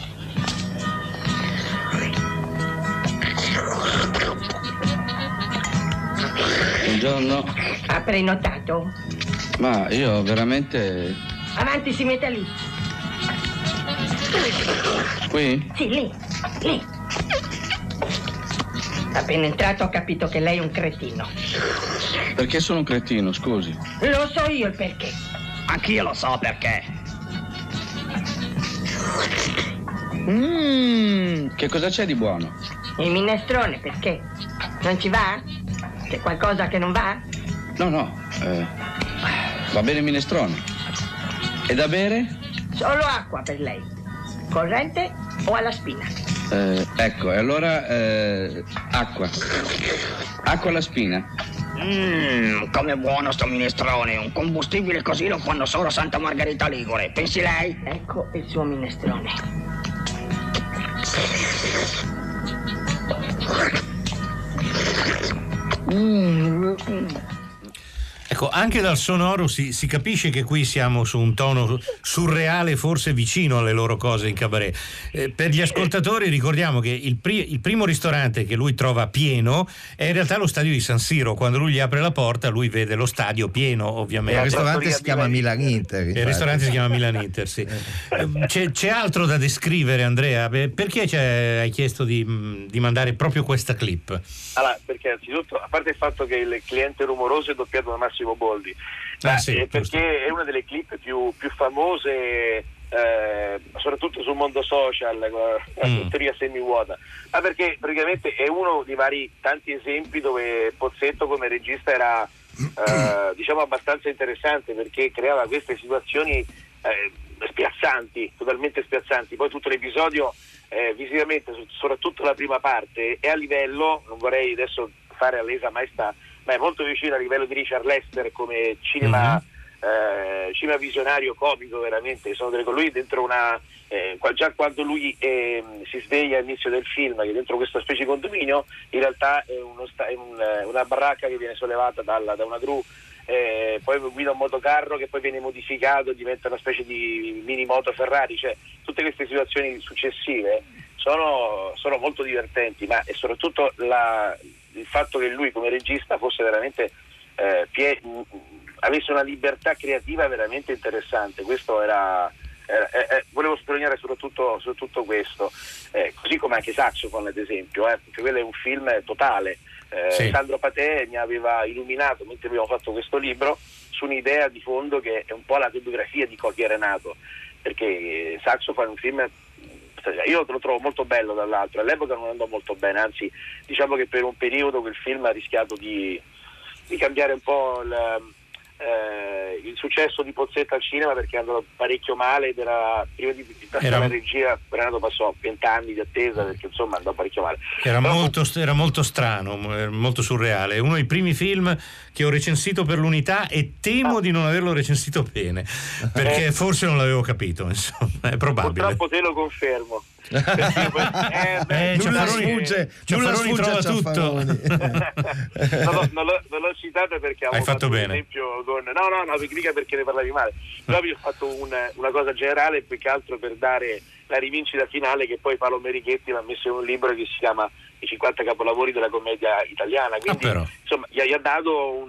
[SPEAKER 11] Buongiorno.
[SPEAKER 13] Ha prenotato?
[SPEAKER 11] Ma io veramente...
[SPEAKER 13] Avanti, si metta lì.
[SPEAKER 11] Qui?
[SPEAKER 13] Sì, lì, lì. Appena entrato ho capito che lei è un cretino.
[SPEAKER 11] Perché sono un cretino, scusi?
[SPEAKER 13] Lo so io il perché.
[SPEAKER 11] Anch'io lo so perché.
[SPEAKER 13] Mmm.
[SPEAKER 11] Che cosa c'è di buono?
[SPEAKER 13] Il minestrone, perché? Non ci va? C'è qualcosa che non va?
[SPEAKER 11] No, no. Eh, va bene il minestrone. E da bere?
[SPEAKER 13] Solo acqua per lei. Corrente o alla spina?
[SPEAKER 11] Eh, ecco, e allora eh, acqua. Acqua alla spina.
[SPEAKER 14] Mmm, come buono sto minestrone. Un combustibile così lo fanno solo a Santa Margherita Ligure. Pensi lei?
[SPEAKER 13] Ecco il suo minestrone.
[SPEAKER 3] Mm. Ecco, anche dal sonoro si, si capisce che qui siamo su un tono surreale, forse vicino alle loro cose in cabaret. Eh, per gli ascoltatori ricordiamo che il, pri- il primo ristorante che lui trova pieno è in realtà lo stadio di San Siro. Quando lui gli apre la porta lui vede lo stadio pieno, ovviamente.
[SPEAKER 5] Il ristorante si chiama Milan Inter.
[SPEAKER 3] Il ristorante si chiama Milan Inter, sì. C'è, c'è altro da descrivere, Andrea? Perché hai chiesto di, di mandare proprio questa clip?
[SPEAKER 10] Allora, perché anzitutto, a parte il fatto che il cliente rumoroso è doppiato da Massimo Boldi,
[SPEAKER 3] ah,
[SPEAKER 10] ma
[SPEAKER 3] sì,
[SPEAKER 10] è perché è una delle clip più, più famose, eh, soprattutto sul mondo social, la mm. teoria semivuota, ma perché praticamente è uno dei vari tanti esempi dove Pozzetto come regista era eh, diciamo abbastanza interessante, perché creava queste situazioni eh, spiazzanti, totalmente spiazzanti. Poi tutto l'episodio eh, visivamente, soprattutto la prima parte, è a livello, non vorrei adesso fare a lesa maestà, ma è molto vicino a livello di Richard Lester come cinema, mm-hmm. eh, cinema visionario comico, veramente. Sono delle con lui dentro una eh, già quando lui eh, si sveglia all'inizio del film, che dentro questa specie di condominio in realtà è, uno sta, è un, una baracca che viene sollevata dalla, da una gru eh, poi guida un motocarro che poi viene modificato e diventa una specie di mini moto Ferrari, cioè tutte queste situazioni successive sono, sono molto divertenti, ma e soprattutto la, il fatto che lui come regista fosse veramente eh, pie, avesse una libertà creativa veramente interessante. Questo era eh, eh, volevo sottolineare soprattutto, soprattutto questo, eh, così come anche Saxophone ad esempio, eh, perché quello è un film totale. Eh, sì. Sandro Patè mi aveva illuminato mentre abbiamo fatto questo libro su un'idea di fondo che è un po' la biografia di Cochi e Renato, perché Saxophone è un film, io lo trovo molto bello dall'altro, all'epoca non andò molto bene, anzi diciamo che per un periodo quel film ha rischiato di, di cambiare un po' il, eh, il successo di Pozzetto al cinema, perché è andato parecchio male ed era prima di, di passare
[SPEAKER 3] era...
[SPEAKER 10] la regia Renato passò vent'anni di attesa perché insomma andò parecchio male.
[SPEAKER 3] Era,
[SPEAKER 10] Però,
[SPEAKER 3] molto, era molto strano, molto surreale, è uno dei primi film che ho recensito per l'Unità e temo ah. di non averlo recensito bene, perché eh. forse non l'avevo capito, insomma, è probabile.
[SPEAKER 10] Purtroppo te lo confermo.
[SPEAKER 3] eh, eh,
[SPEAKER 5] nulla sfugge,
[SPEAKER 3] nulla sfugge
[SPEAKER 5] trova
[SPEAKER 3] a tutto.
[SPEAKER 10] non, l'ho, non, l'ho, non l'ho citata perché
[SPEAKER 3] hai fatto, fatto bene.
[SPEAKER 10] Un esempio con... no no no mica perché ne parlavi male, però vi ho fatto un, una cosa generale più che altro per dare la rivincita finale che poi Paolo Merichetti mi ha messo in un libro che si chiama I cinquanta capolavori della commedia italiana, quindi
[SPEAKER 3] ah,
[SPEAKER 10] insomma gli, gli ha dato un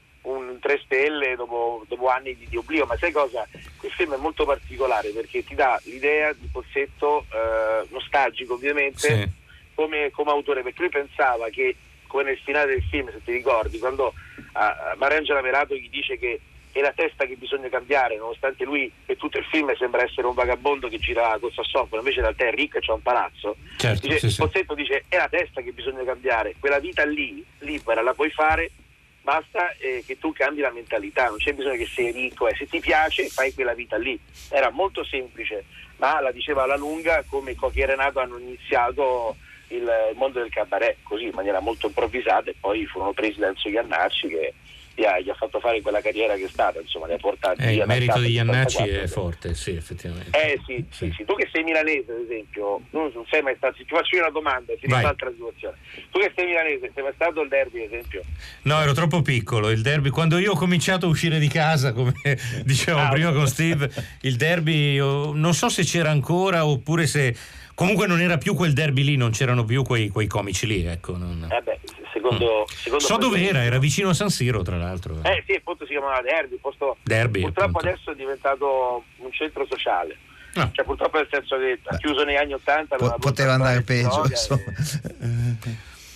[SPEAKER 10] un tre stelle dopo, dopo anni di, di oblio. Ma sai cosa? Quel film è molto particolare perché ti dà l'idea di Pozzetto eh, nostalgico ovviamente, sì. come, come autore, perché lui pensava che, come nel finale del film, se ti ricordi, quando a, a Mariangela Merato gli dice che è la testa che bisogna cambiare, nonostante lui per tutto il film sembra essere un vagabondo che gira col sassofono, invece in realtà è ricco e c'ha un palazzo.
[SPEAKER 3] Certo,
[SPEAKER 10] dice,
[SPEAKER 3] sì,
[SPEAKER 10] Pozzetto sì. dice è la testa che bisogna cambiare, quella vita lì libera la puoi fare, basta eh, che tu cambi la mentalità, non c'è bisogno che sei ricco, eh. se ti piace fai quella vita lì. Era molto semplice, ma la diceva alla lunga come Cochi e Renato hanno iniziato il mondo del cabaret, così in maniera molto improvvisata, e poi furono presi da Enzo Jannacci che gli ha, gli ha fatto fare quella carriera che è stata, insomma, li ha portati
[SPEAKER 3] eh,
[SPEAKER 10] via.
[SPEAKER 3] Il merito di Jannacci è forte, sì, effettivamente.
[SPEAKER 10] Eh sì, sì, sì, sì. Tu che sei milanese, ad esempio, tu non sei mai stato, ti faccio io una domanda, si rifà altra situazione. Tu che sei milanese, sei mai stato al derby, ad esempio?
[SPEAKER 3] No, ero troppo piccolo, il derby, quando io ho cominciato a uscire di casa, come dicevamo ah, prima con Steve, il derby, io, non so se c'era ancora oppure se... Comunque non era più quel derby lì, non c'erano più quei, quei comici lì, ecco. Non...
[SPEAKER 10] Eh beh, secondo, mm. secondo
[SPEAKER 3] so dove era, era vicino a San Siro, tra l'altro.
[SPEAKER 10] Eh sì, il posto si chiamava Derby, il posto
[SPEAKER 3] Derby,
[SPEAKER 10] purtroppo
[SPEAKER 3] appunto.
[SPEAKER 10] Adesso è diventato un centro sociale.
[SPEAKER 3] Ah.
[SPEAKER 10] Cioè purtroppo nel senso che ha chiuso negli anni Ottanta.
[SPEAKER 5] Po- poteva andare peggio, insomma.
[SPEAKER 3] E...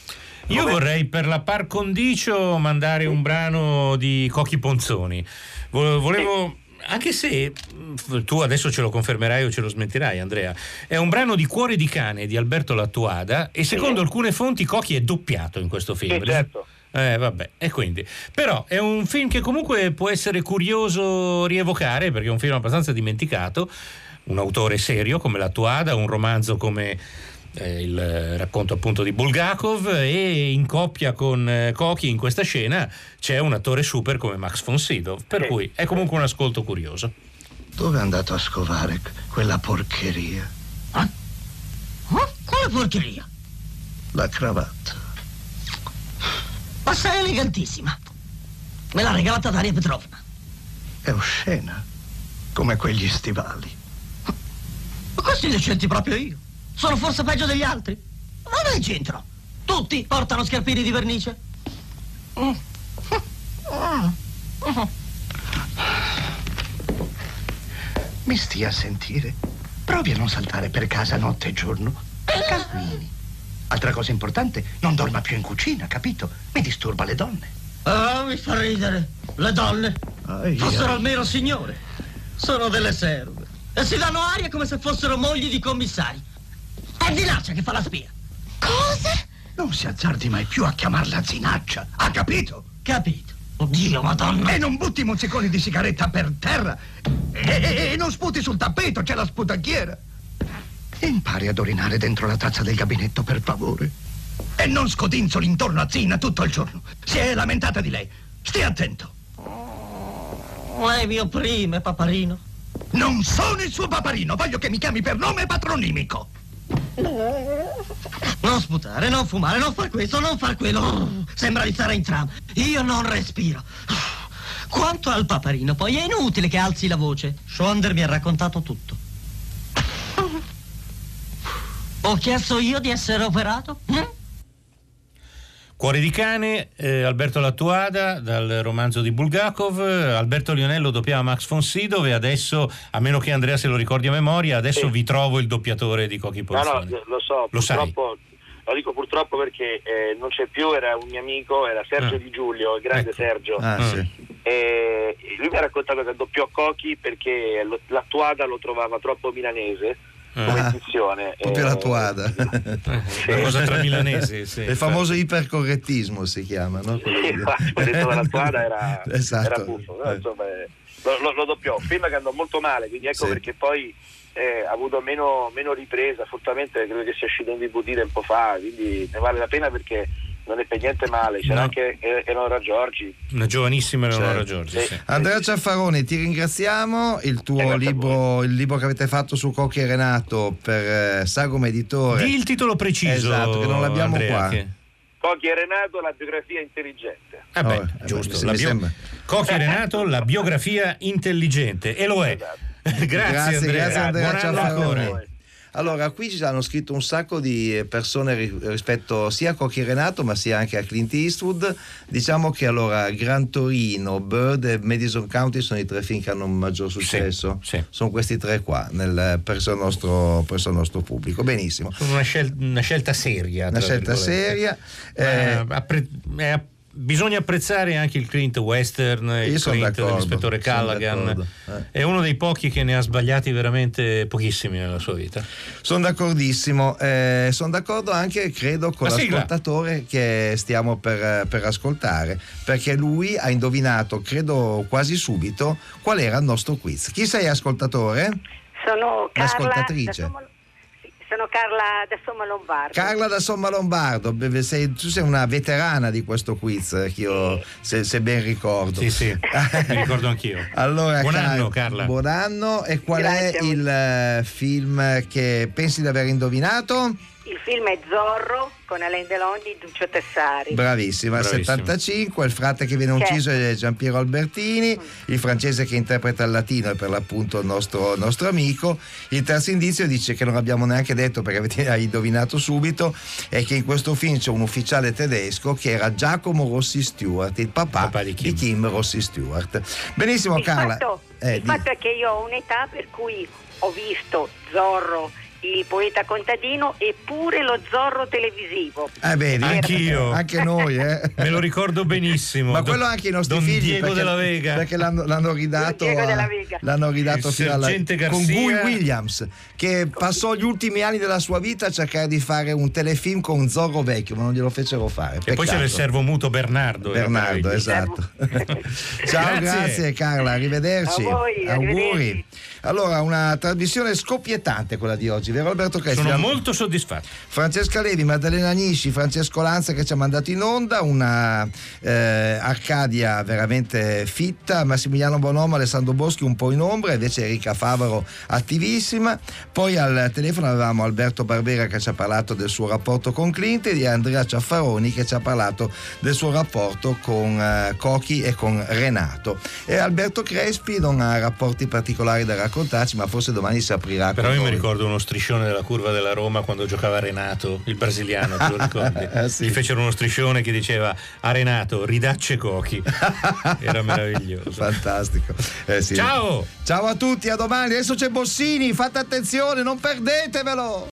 [SPEAKER 3] Io vorrei per la par condicio mandare un brano di Cochi Ponzoni. Volevo... Sì. Anche se tu adesso ce lo confermerai o ce lo smentirai, Andrea, è un brano di Cuore di cane di Alberto Lattuada e secondo sì. alcune fonti Cochi è doppiato in questo film.
[SPEAKER 10] Sì, certo.
[SPEAKER 3] Eh, vabbè, e quindi però è un film che comunque può essere curioso rievocare, perché è un film abbastanza dimenticato, un autore serio come Lattuada, un romanzo come eh, il racconto appunto di Bulgakov, e in coppia con eh, Cochi in questa scena c'è un attore super come Max von Sydow, per sì. cui è comunque un ascolto curioso.
[SPEAKER 6] Dove è andato a scovare quella porcheria?
[SPEAKER 14] Eh? Oh, quale porcheria?
[SPEAKER 6] La cravatta.
[SPEAKER 14] Ma sei elegantissima. Me l'ha regalata Daria Petrovna.
[SPEAKER 6] È oscena, come quegli stivali.
[SPEAKER 14] Ma questi li scelti proprio io. Sono forse peggio degli altri? Non è in centro. Tutti portano scarpini di vernice. Mm. Mm. Mm.
[SPEAKER 6] Mi stia a sentire. Provi a non saltare per casa notte e giorno. Cammini. Altra cosa importante, non dorma più in cucina, capito? Mi disturba le donne.
[SPEAKER 14] Ah, mi fa ridere. Le donne.
[SPEAKER 6] Aia.
[SPEAKER 14] Fossero almeno signore. Sono delle serve. E si danno aria come se fossero mogli di commissari. È Zinaccia che fa la spia.
[SPEAKER 6] Cosa? Non si azzardi mai più a chiamarla Zinaccia, ha capito?
[SPEAKER 14] Capito. Oddio, madonna.
[SPEAKER 6] E non butti mozziconi di sigaretta per terra. E, e, e non sputi sul tappeto, c'è la sputacchiera. Impari ad orinare dentro la tazza del gabinetto, per favore. E non scodinzoli intorno a Zina tutto il giorno. Si è lamentata di lei. Stia attento.
[SPEAKER 14] Lei mio primo, paparino.
[SPEAKER 6] Non sono il suo paparino, voglio che mi chiami per nome patronimico.
[SPEAKER 14] Non sputare, non fumare, non far questo, non far quello. Sembra di stare in tram. Io non respiro. Quanto al paparino, poi è inutile che alzi la voce. Schwonder mi ha raccontato tutto. Ho chiesto io di essere operato? Hm?
[SPEAKER 3] Cuore di cane, eh, Alberto Lattuada dal romanzo di Bulgakov. Alberto Lionello doppiava Max von Sydow e adesso, a meno che Andrea se lo ricordi a memoria, adesso
[SPEAKER 10] sì.
[SPEAKER 3] vi trovo il doppiatore di Cochi Poliziotti.
[SPEAKER 10] No, no, lo so,
[SPEAKER 3] lo
[SPEAKER 10] purtroppo, sai? Lo dico purtroppo perché eh, non c'è più, era un mio amico, era Sergio
[SPEAKER 3] ah.
[SPEAKER 10] Di Giulio, il grande
[SPEAKER 3] ecco.
[SPEAKER 10] Sergio.
[SPEAKER 5] Ah, sì.
[SPEAKER 10] E lui mi ha raccontato che doppiò Cochi perché lo, Lattuada lo trovava troppo milanese come
[SPEAKER 5] ah,
[SPEAKER 10] dizione.
[SPEAKER 5] proprio
[SPEAKER 10] eh,
[SPEAKER 5] Lattuada.
[SPEAKER 3] Sì. Una cosa tra milanesi, sì.
[SPEAKER 5] Il famoso ipercorrettismo si chiama, no?
[SPEAKER 10] Sì, infatti, quello detto da Lattuada era,
[SPEAKER 5] esatto.
[SPEAKER 10] era buffo, no? Insomma, lo, lo, lo doppiò, un film che andò molto male, quindi ecco sì. perché poi eh, ha avuto meno, meno ripresa, fortunatamente credo che sia uscito in D V D tempo fa, quindi ne vale la pena perché non è per niente male. C'era no. anche Eleonora Giorgi,
[SPEAKER 3] una giovanissima Eleonora
[SPEAKER 10] certo.
[SPEAKER 3] Giorgi.
[SPEAKER 10] Sì.
[SPEAKER 3] Sì.
[SPEAKER 5] Andrea Ciaffaroni, ti ringraziamo. Il tuo libro, il libro che avete fatto su Cochi e Renato per eh, Sagoma Editore.
[SPEAKER 3] Di il titolo preciso,
[SPEAKER 5] esatto, che non l'abbiamo
[SPEAKER 3] Andrea,
[SPEAKER 5] qua.
[SPEAKER 3] Che...
[SPEAKER 10] Cochi e Renato, la biografia intelligente.
[SPEAKER 3] Ah beh,
[SPEAKER 5] oh,
[SPEAKER 3] giusto.
[SPEAKER 5] Eh,
[SPEAKER 3] la
[SPEAKER 5] mi
[SPEAKER 3] bio...
[SPEAKER 5] sembra.
[SPEAKER 3] Cochi e Renato, la biografia intelligente, e lo è.
[SPEAKER 10] Esatto.
[SPEAKER 3] grazie,
[SPEAKER 5] grazie
[SPEAKER 3] Andrea.
[SPEAKER 5] Grazie Andrea
[SPEAKER 3] Buon
[SPEAKER 5] Ciaffaroni. Allora, qui ci hanno scritto un sacco di persone rispetto sia a Cochi e Renato ma sia anche a Clint Eastwood. Diciamo che allora Gran Torino, Bird e Madison County sono i tre film che hanno un maggior successo.
[SPEAKER 3] Sì, sì.
[SPEAKER 5] Sono questi tre qua nel, presso, il nostro, presso il nostro pubblico. Benissimo.
[SPEAKER 3] Sono una, scel- una scelta seria.
[SPEAKER 5] Una scelta seria.
[SPEAKER 3] Eh, appre- eh, bisogna apprezzare anche il Clint western, il Clint dell'ispettore Callaghan. Eh. È uno dei pochi che ne ha sbagliati veramente pochissimi nella sua vita.
[SPEAKER 5] Sono d'accordissimo. Eh, sono d'accordo anche, credo, con La l'ascoltatore sigla. Che stiamo per, per ascoltare, perché lui ha indovinato, credo quasi subito, qual era il nostro quiz. Chi sei, ascoltatore?
[SPEAKER 13] Sono Carla.
[SPEAKER 5] L'ascoltatrice.
[SPEAKER 13] Sono Carla da Somma Lombardo.
[SPEAKER 5] Carla da Somma Lombardo, sei, tu sei una veterana di questo quiz, che io se, se ben ricordo.
[SPEAKER 3] Sì, sì, mi ricordo anch'io.
[SPEAKER 5] Allora,
[SPEAKER 3] buon
[SPEAKER 5] Car-
[SPEAKER 3] anno, Carla.
[SPEAKER 5] Buon anno. E qual
[SPEAKER 13] Grazie
[SPEAKER 5] è il uh, film che pensi di aver indovinato?
[SPEAKER 13] Il film è Zorro con Alain Delon di Duccio Tessari.
[SPEAKER 5] Bravissima, il settantacinque, il frate che viene ucciso certo. È Giampiero Albertini, il francese che interpreta il latino è per l'appunto il nostro, nostro amico. Il terzo indizio dice che non abbiamo neanche detto perché avete hai indovinato subito, è che in questo film c'è un ufficiale tedesco che era Giacomo Rossi Stewart, il papà, papà di, Kim. di Kim Rossi Stewart. Benissimo,
[SPEAKER 13] il
[SPEAKER 5] Carla.
[SPEAKER 13] Fatto,
[SPEAKER 5] eh,
[SPEAKER 13] il
[SPEAKER 5] di...
[SPEAKER 13] fatto è che io ho un'età per cui ho visto Zorro, il poeta contadino, e pure lo Zorro televisivo.
[SPEAKER 5] Eh vedi,
[SPEAKER 3] anch'io,
[SPEAKER 5] anche noi, eh.
[SPEAKER 3] Me lo ricordo benissimo.
[SPEAKER 5] Ma quello anche i nostri
[SPEAKER 3] Don
[SPEAKER 5] figli,
[SPEAKER 3] Diego
[SPEAKER 5] perché,
[SPEAKER 3] della Vega,
[SPEAKER 5] perché l'hanno, l'hanno ridato,
[SPEAKER 13] Diego
[SPEAKER 5] a,
[SPEAKER 13] della Vega.
[SPEAKER 5] l'hanno ridato fino alla, con Guy Williams, che passò gli ultimi anni della sua vita a cercare di fare un telefilm con Zorro vecchio, ma non glielo fecero fare.
[SPEAKER 3] E poi c'era il servo muto Bernardo.
[SPEAKER 5] Bernardo, esatto. Ciao, grazie. grazie Carla, arrivederci.
[SPEAKER 13] A voi,
[SPEAKER 5] auguri.
[SPEAKER 13] Arrivederci.
[SPEAKER 5] Allora, una trasmissione scoppiettante quella di oggi, vero Alberto Crespi?
[SPEAKER 3] Sono molto soddisfatto.
[SPEAKER 5] Francesca Levi, Maddalena Nisci, Francesco Lanza che ci ha mandato in onda, una eh, Arcadia veramente fitta, Massimiliano Bonomo, Alessandro Boschi un po' in ombra, invece Erika Favaro attivissima. Poi al telefono avevamo Alberto Barbera che ci ha parlato del suo rapporto con Clint e di Andrea Ciaffaroni che ci ha parlato del suo rapporto con eh, Cochi e con Renato. E Alberto Crespi non ha rapporti particolari da raccontare, ma forse domani si aprirà.
[SPEAKER 3] Però io noi. mi ricordo uno striscione della curva della Roma quando giocava Renato, il brasiliano, te lo ricordi?
[SPEAKER 5] eh, sì.
[SPEAKER 3] Gli fecero uno striscione che diceva a Renato ridacce Cochi. Era meraviglioso.
[SPEAKER 5] Fantastico. Eh, sì.
[SPEAKER 3] Ciao!
[SPEAKER 5] Ciao a tutti, a domani. Adesso c'è Bossini, fate attenzione, non perdetevelo.